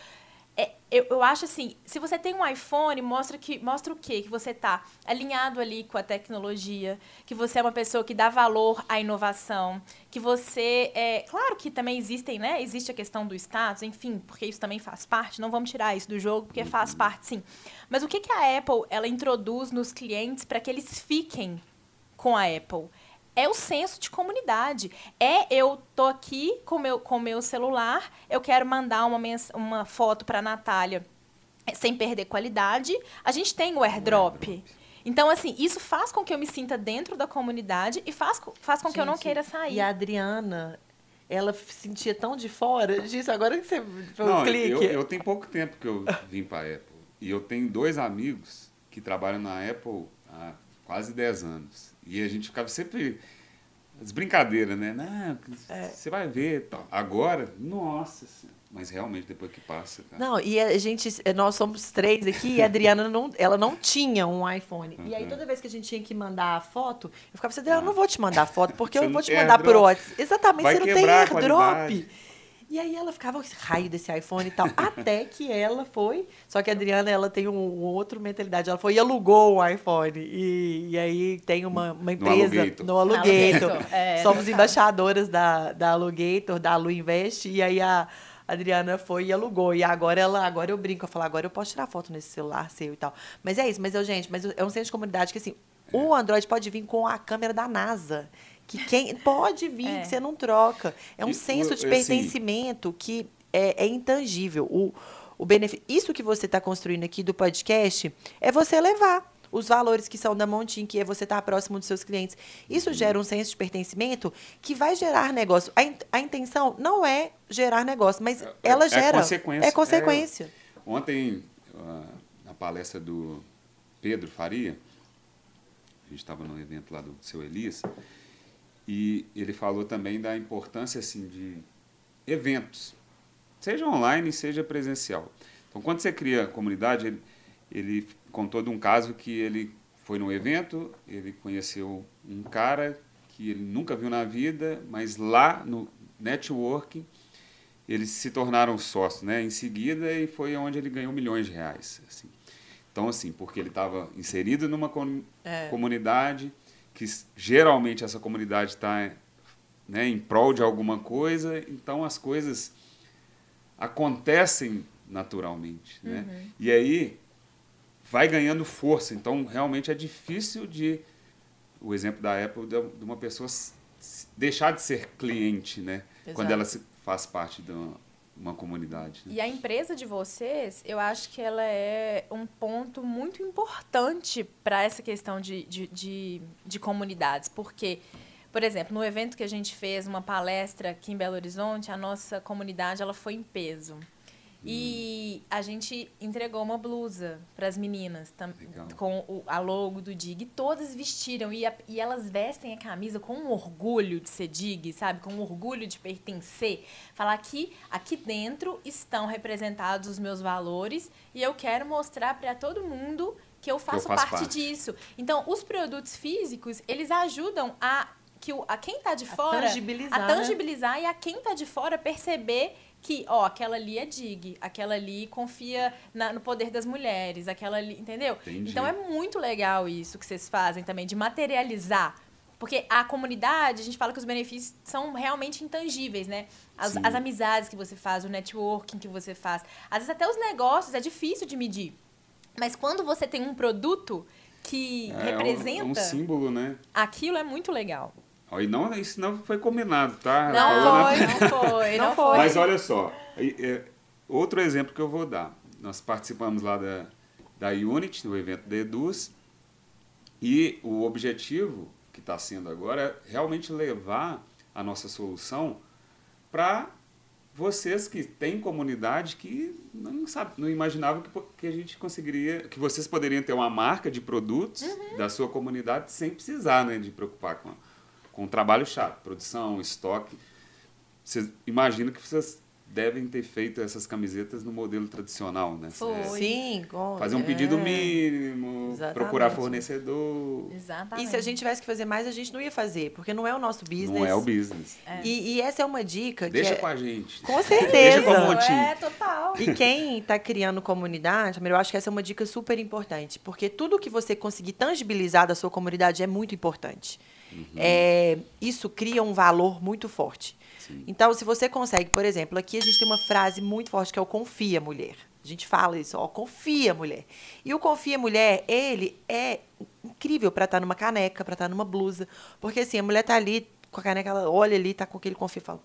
Eu acho assim, se você tem um iPhone, mostra o quê? Que você está alinhado ali com a tecnologia, que você é uma pessoa que dá valor à inovação, que você... claro que também existe a questão do status, enfim, porque isso também faz parte, não vamos tirar isso do jogo, porque faz parte, sim. Mas o que a Apple ela introduz nos clientes para que eles fiquem com a Apple? É o senso de comunidade. Eu tô aqui com o meu celular, eu quero mandar uma foto para a Natália sem perder qualidade. A gente tem o AirDrop. Então, assim, isso faz com que eu me sinta dentro da comunidade e faz com que eu não queira sair. E a Adriana, ela se sentia tão de fora disso, agora que você clique. Eu tenho pouco tempo que eu vim para a Apple. E eu tenho 2 amigos que trabalham na Apple há quase 10 anos. E a gente ficava sempre... As brincadeiras, né? Não, você vai ver. Tal. Agora, nossa... Mas realmente, depois que passa... Cara. Não, e nós somos 3 aqui e a Adriana ela não tinha um iPhone. E aí, toda vez que a gente tinha que mandar a foto, eu ficava assim, Adriana, eu não vou te mandar foto, porque eu vou te mandar por WhatsApp. Exatamente, você não tem AirDrop. E aí ela ficava com esse raio desse iPhone e tal, até que ela foi... Só que a Adriana, ela tem outra mentalidade. Ela foi e alugou um iPhone. E aí tem uma empresa... No Alugator. Somos embaixadoras da Alugator, da Alu Invest. E aí a Adriana foi e alugou. E agora eu brinco, eu falo, agora eu posso tirar foto nesse celular seu e tal. Mas é isso, mas é um centro de comunidade que, assim, o Android pode vir com a câmera da NASA. Que quem pode vir, que você não troca. É um senso de pertencimento que é intangível. O benefício, isso que você está construindo aqui do podcast é você levar os valores que são da Montim, que é você estar próximo dos seus clientes. Isso gera um senso de pertencimento que vai gerar negócio. A intenção não é gerar negócio, mas ela gera. Consequência. É consequência. Ontem, na palestra do Pedro Faria, a gente estava no evento lá do seu Elias, e ele falou também da importância assim, de eventos, seja online, seja presencial. Então, quando você cria comunidade, ele contou de um caso que ele foi num evento, ele conheceu um cara que ele nunca viu na vida, mas lá no networking, eles se tornaram sócios, né? Em seguida, e foi onde ele ganhou milhões de reais. Assim. Então, assim, porque ele estava inserido numa comunidade, que geralmente essa comunidade está, né, em prol de alguma coisa, então as coisas acontecem naturalmente. Né? E aí vai ganhando força. Então, realmente é difícil o exemplo da Apple, de uma pessoa deixar de ser cliente, né? Quando ela faz parte de uma comunidade. Né? E a empresa de vocês, eu acho que ela é um ponto muito importante para essa questão de comunidades. Porque, por exemplo, no evento que a gente fez, uma palestra aqui em Belo Horizonte, a nossa comunidade ela foi em peso. E a gente entregou uma blusa para as meninas com a logo do DIG. E todas vestiram. E elas vestem a camisa com um orgulho de ser DIG, sabe? Com um orgulho de pertencer. Falar que aqui dentro estão representados os meus valores e eu quero mostrar para todo mundo que eu faço parte disso. Então, os produtos físicos, eles ajudam a quem está de fora... A tangibilizar, né? E a quem está de fora perceber que, aquela ali é DIG, aquela ali confia no poder das mulheres, aquela ali, entendeu? Entendi. Então, é muito legal isso que vocês fazem também, de materializar. Porque a comunidade, a gente fala que os benefícios são realmente intangíveis, né? As amizades que você faz, o networking que você faz. Às vezes até os negócios é difícil de medir. Mas quando você tem um produto que É representa um símbolo, né? aquilo, é muito legal. Ó, e não, isso não foi combinado, tá? Não foi. Mas olha só, outro exemplo que eu vou dar. Nós participamos lá da Unity, do evento da Eduz, e o objetivo que está sendo agora é realmente levar a nossa solução para vocês que têm comunidade que não imaginavam que a gente conseguiria, que vocês poderiam ter uma marca de produtos da sua comunidade sem precisar, né, de preocupar com o trabalho chato, produção, estoque. Vocês imaginam que vocês devem ter feito essas camisetas no modelo tradicional, né? Sim, fazer um pedido mínimo, Exatamente. procurar fornecedor. Exatamente. E se a gente tivesse que fazer mais, a gente não ia fazer, porque não é o nosso business. Não é o business. E essa é uma dica Deixa que com a gente. Com certeza. Deixa com a Montinho. Total. E quem está criando comunidade, eu acho que essa é uma dica super importante, porque tudo que você conseguir tangibilizar da sua comunidade é muito importante. Isso cria um valor muito forte. Sim. Então, se você consegue, por exemplo, aqui a gente tem uma frase muito forte que é o confia, mulher. A gente fala isso, confia, mulher. E o confia, mulher, ele é incrível para estar numa caneca, para estar numa blusa. Porque assim, a mulher tá ali com a caneca, ela olha ali, tá com aquele confia e fala,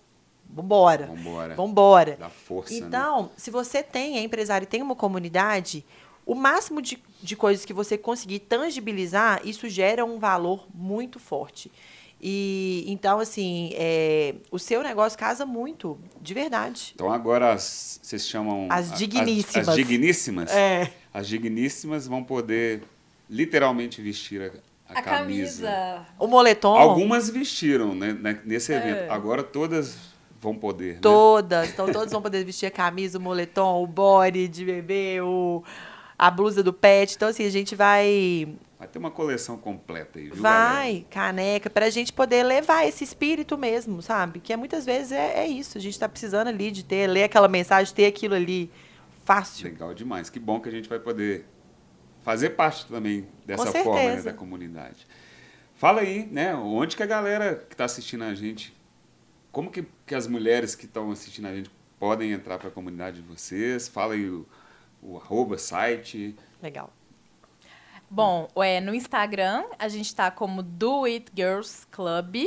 vambora. Dá força, então, né? se você é empresário e tem uma comunidade, o máximo de coisas que você conseguir tangibilizar, isso gera um valor muito forte. E então, assim, o seu negócio casa muito, de verdade. Então agora vocês chamam... As digníssimas. As digníssimas. É. As digníssimas vão poder literalmente vestir a camisa. O moletom. Algumas vestiram, né, nesse evento. Agora todas vão poder, né? Todas. Então todas vão poder vestir a camisa, o moletom, o body de bebê, a blusa do pet. Então, assim, a gente vai... Vai ter uma coleção completa aí, viu, Vai, caneca, pra gente poder levar esse espírito mesmo, sabe? Que muitas vezes é isso. A gente tá precisando ali de ler aquela mensagem, ter aquilo ali fácil. Legal demais. Que bom que a gente vai poder fazer parte também dessa Com forma, né, certeza. da comunidade. Fala aí, né? Onde que a galera que está assistindo a gente, como que as mulheres que estão assistindo a gente podem entrar para a comunidade de vocês? Fala aí o arroba, site. Legal. Bom, no Instagram a gente está como Do It Girls Club.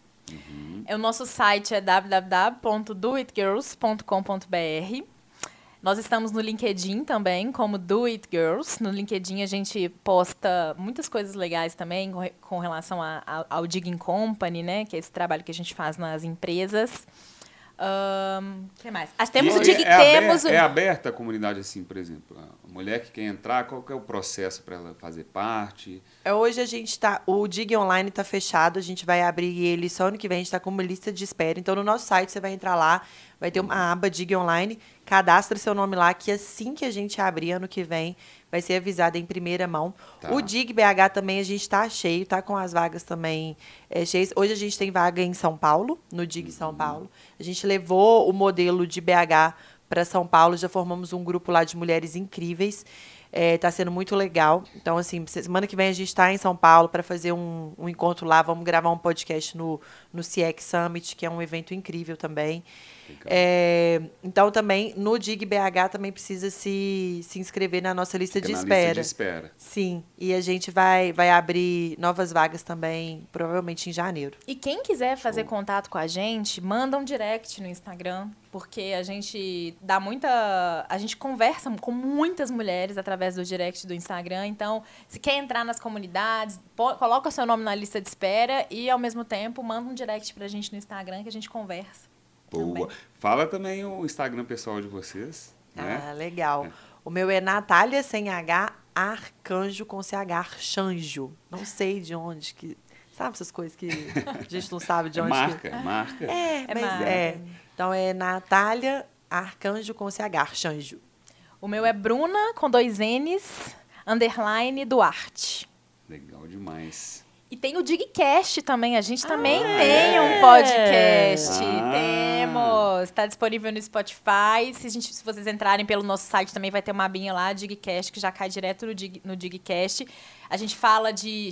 O nosso site é www.doitgirls.com.br. Nós estamos no LinkedIn também, como Do It Girls. No LinkedIn a gente posta muitas coisas legais também com relação ao Digging Company, né? Que é esse trabalho que a gente faz nas empresas. O que mais? Temos o Dig... É aberta a comunidade assim, por exemplo? A mulher que quer entrar, qual que é o processo para ela fazer parte? Hoje a gente o Dig Online está fechado, a gente vai abrir ele só ano que vem, a gente está com uma lista de espera. Então, no nosso site, você vai entrar lá, vai ter uma aba Dig Online, cadastra seu nome lá, que assim que a gente abrir ano que vem, vai ser avisado em primeira mão. Tá. O Dig BH também a gente está cheio, tá com as vagas também cheias. Hoje a gente tem vaga em São Paulo, no Dig São Paulo. A gente levou o modelo de BH para São Paulo, já formamos um grupo lá de mulheres incríveis. Tá sendo muito legal. Então, assim, semana que vem a gente está em São Paulo para fazer um encontro lá. Vamos gravar um podcast no CX Summit, que é um evento incrível também. Então, também, no Dig BH, também precisa se inscrever na nossa lista de espera. Lista de espera. Sim. E a gente vai abrir novas vagas também, provavelmente em janeiro. E quem quiser fazer contato com a gente, manda um direct no Instagram, porque a gente a gente conversa com muitas mulheres através do direct do Instagram. Então, se quer entrar nas comunidades, coloca o seu nome na lista de espera e, ao mesmo tempo, manda um direct pra gente no Instagram que a gente conversa. Boa. Também. Fala também o Instagram pessoal de vocês. Né? Ah, legal. O meu é Natália, sem H, Arcanjo, com CH, Archanjo. Não sei de onde que... Sabe essas coisas que a gente não sabe de onde marca. Então, é Natália, Arcanjo, com CH, Archanjo. O meu é Bruna, com 2 N's, _, Duarte. Legal demais. E tem o Digcast também. A gente também tem um podcast. Temos. Está disponível no Spotify. Se vocês entrarem pelo nosso site, também vai ter uma abinha lá, Digcast, que já cai direto no Digcast. A gente fala de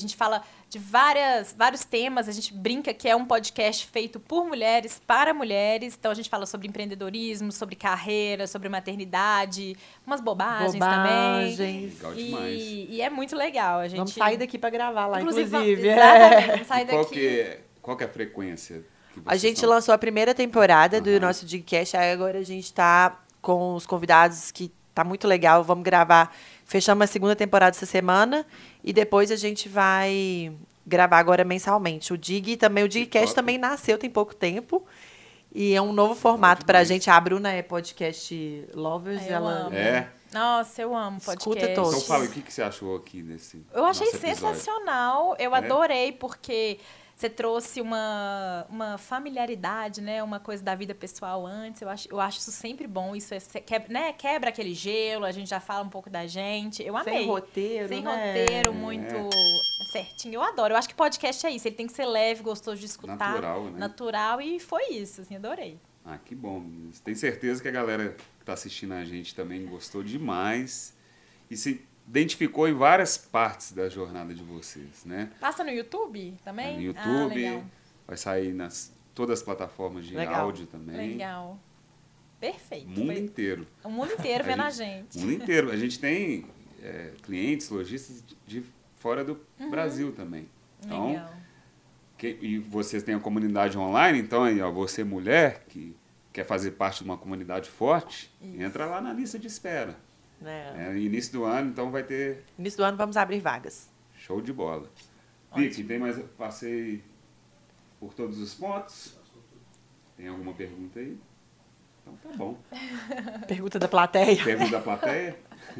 vários temas. A gente brinca que é um podcast feito por mulheres, para mulheres. Então, a gente fala sobre empreendedorismo, sobre carreira, sobre maternidade, umas bobagens também. Legal demais. E é muito legal. A gente... Vamos sair daqui para gravar lá, inclusive. Exatamente, vamos sair daqui. Qual que é a frequência? A gente lançou a primeira temporada do nosso Digcast, aí agora a gente está com os convidados que tá muito legal. Vamos gravar, fechamos a segunda temporada essa semana e depois a gente vai gravar agora mensalmente. O Digcast também nasceu tem pouco tempo e é um novo formato pra gente. A Bruna é podcast lovers. Ela amo. É? Nossa, eu amo podcast. Escuta todos. Então fala, o que você achou aqui nesse Eu achei nosso episódio? sensacional. Eu adorei, porque você trouxe uma familiaridade, né? Uma coisa da vida pessoal antes. Eu acho isso sempre bom. Isso quebra aquele gelo, a gente já fala um pouco da gente. Eu amei. Sem roteiro, Sem né? roteiro, muito certinho. Eu adoro. Eu acho que podcast é isso. Ele tem que ser leve, gostoso de escutar. Natural, né? Natural, e foi isso, assim, adorei. Ah, que bom, meninas. Tenho certeza que a galera que está assistindo a gente também gostou demais e se identificou em várias partes da jornada de vocês, né? Passa no YouTube também? No YouTube, legal. vai sair nas todas as plataformas de áudio também. Legal. Perfeito. O mundo inteiro. O mundo inteiro vendo a gente. O mundo inteiro. A gente tem clientes, lojistas de fora do Brasil também. Então, Legal. E vocês têm a comunidade online, então aí, ó, você mulher que quer fazer parte de uma comunidade forte, entra lá na lista de espera. Início do ano, então vai ter... Início do ano vamos abrir vagas. Show de bola. Ótimo. Vicky, passei por todos os pontos. Tem alguma pergunta aí? Então tá bom. Pergunta da plateia. Pergunta da plateia?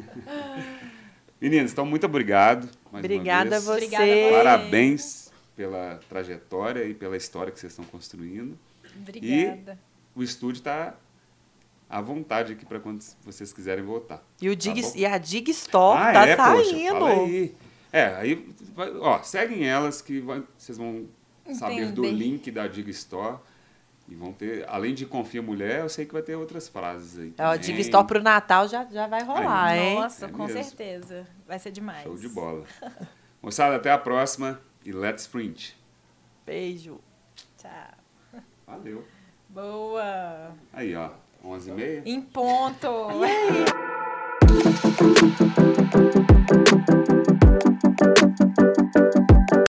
Meninas, então muito obrigado. Obrigada a você. Obrigada a você. Parabéns pela trajetória e pela história que vocês estão construindo. Obrigada. E o estúdio está à vontade aqui para quando vocês quiserem voltar. E, tá a Dig Store tá saindo. Poxa, fala aí. Aí, seguem elas que vocês vão saber do link da Dig Store. E vão ter, além de Confia Mulher, eu sei que vai ter outras frases aí. A Dig Store pro Natal já vai rolar, aí, hein? Nossa, com mesmo. certeza. Vai ser demais. Show de bola. Moçada, até a próxima e let's print. Beijo. Tchau. Valeu. Boa. Aí, ó, 11h30. Em ponto. E aí?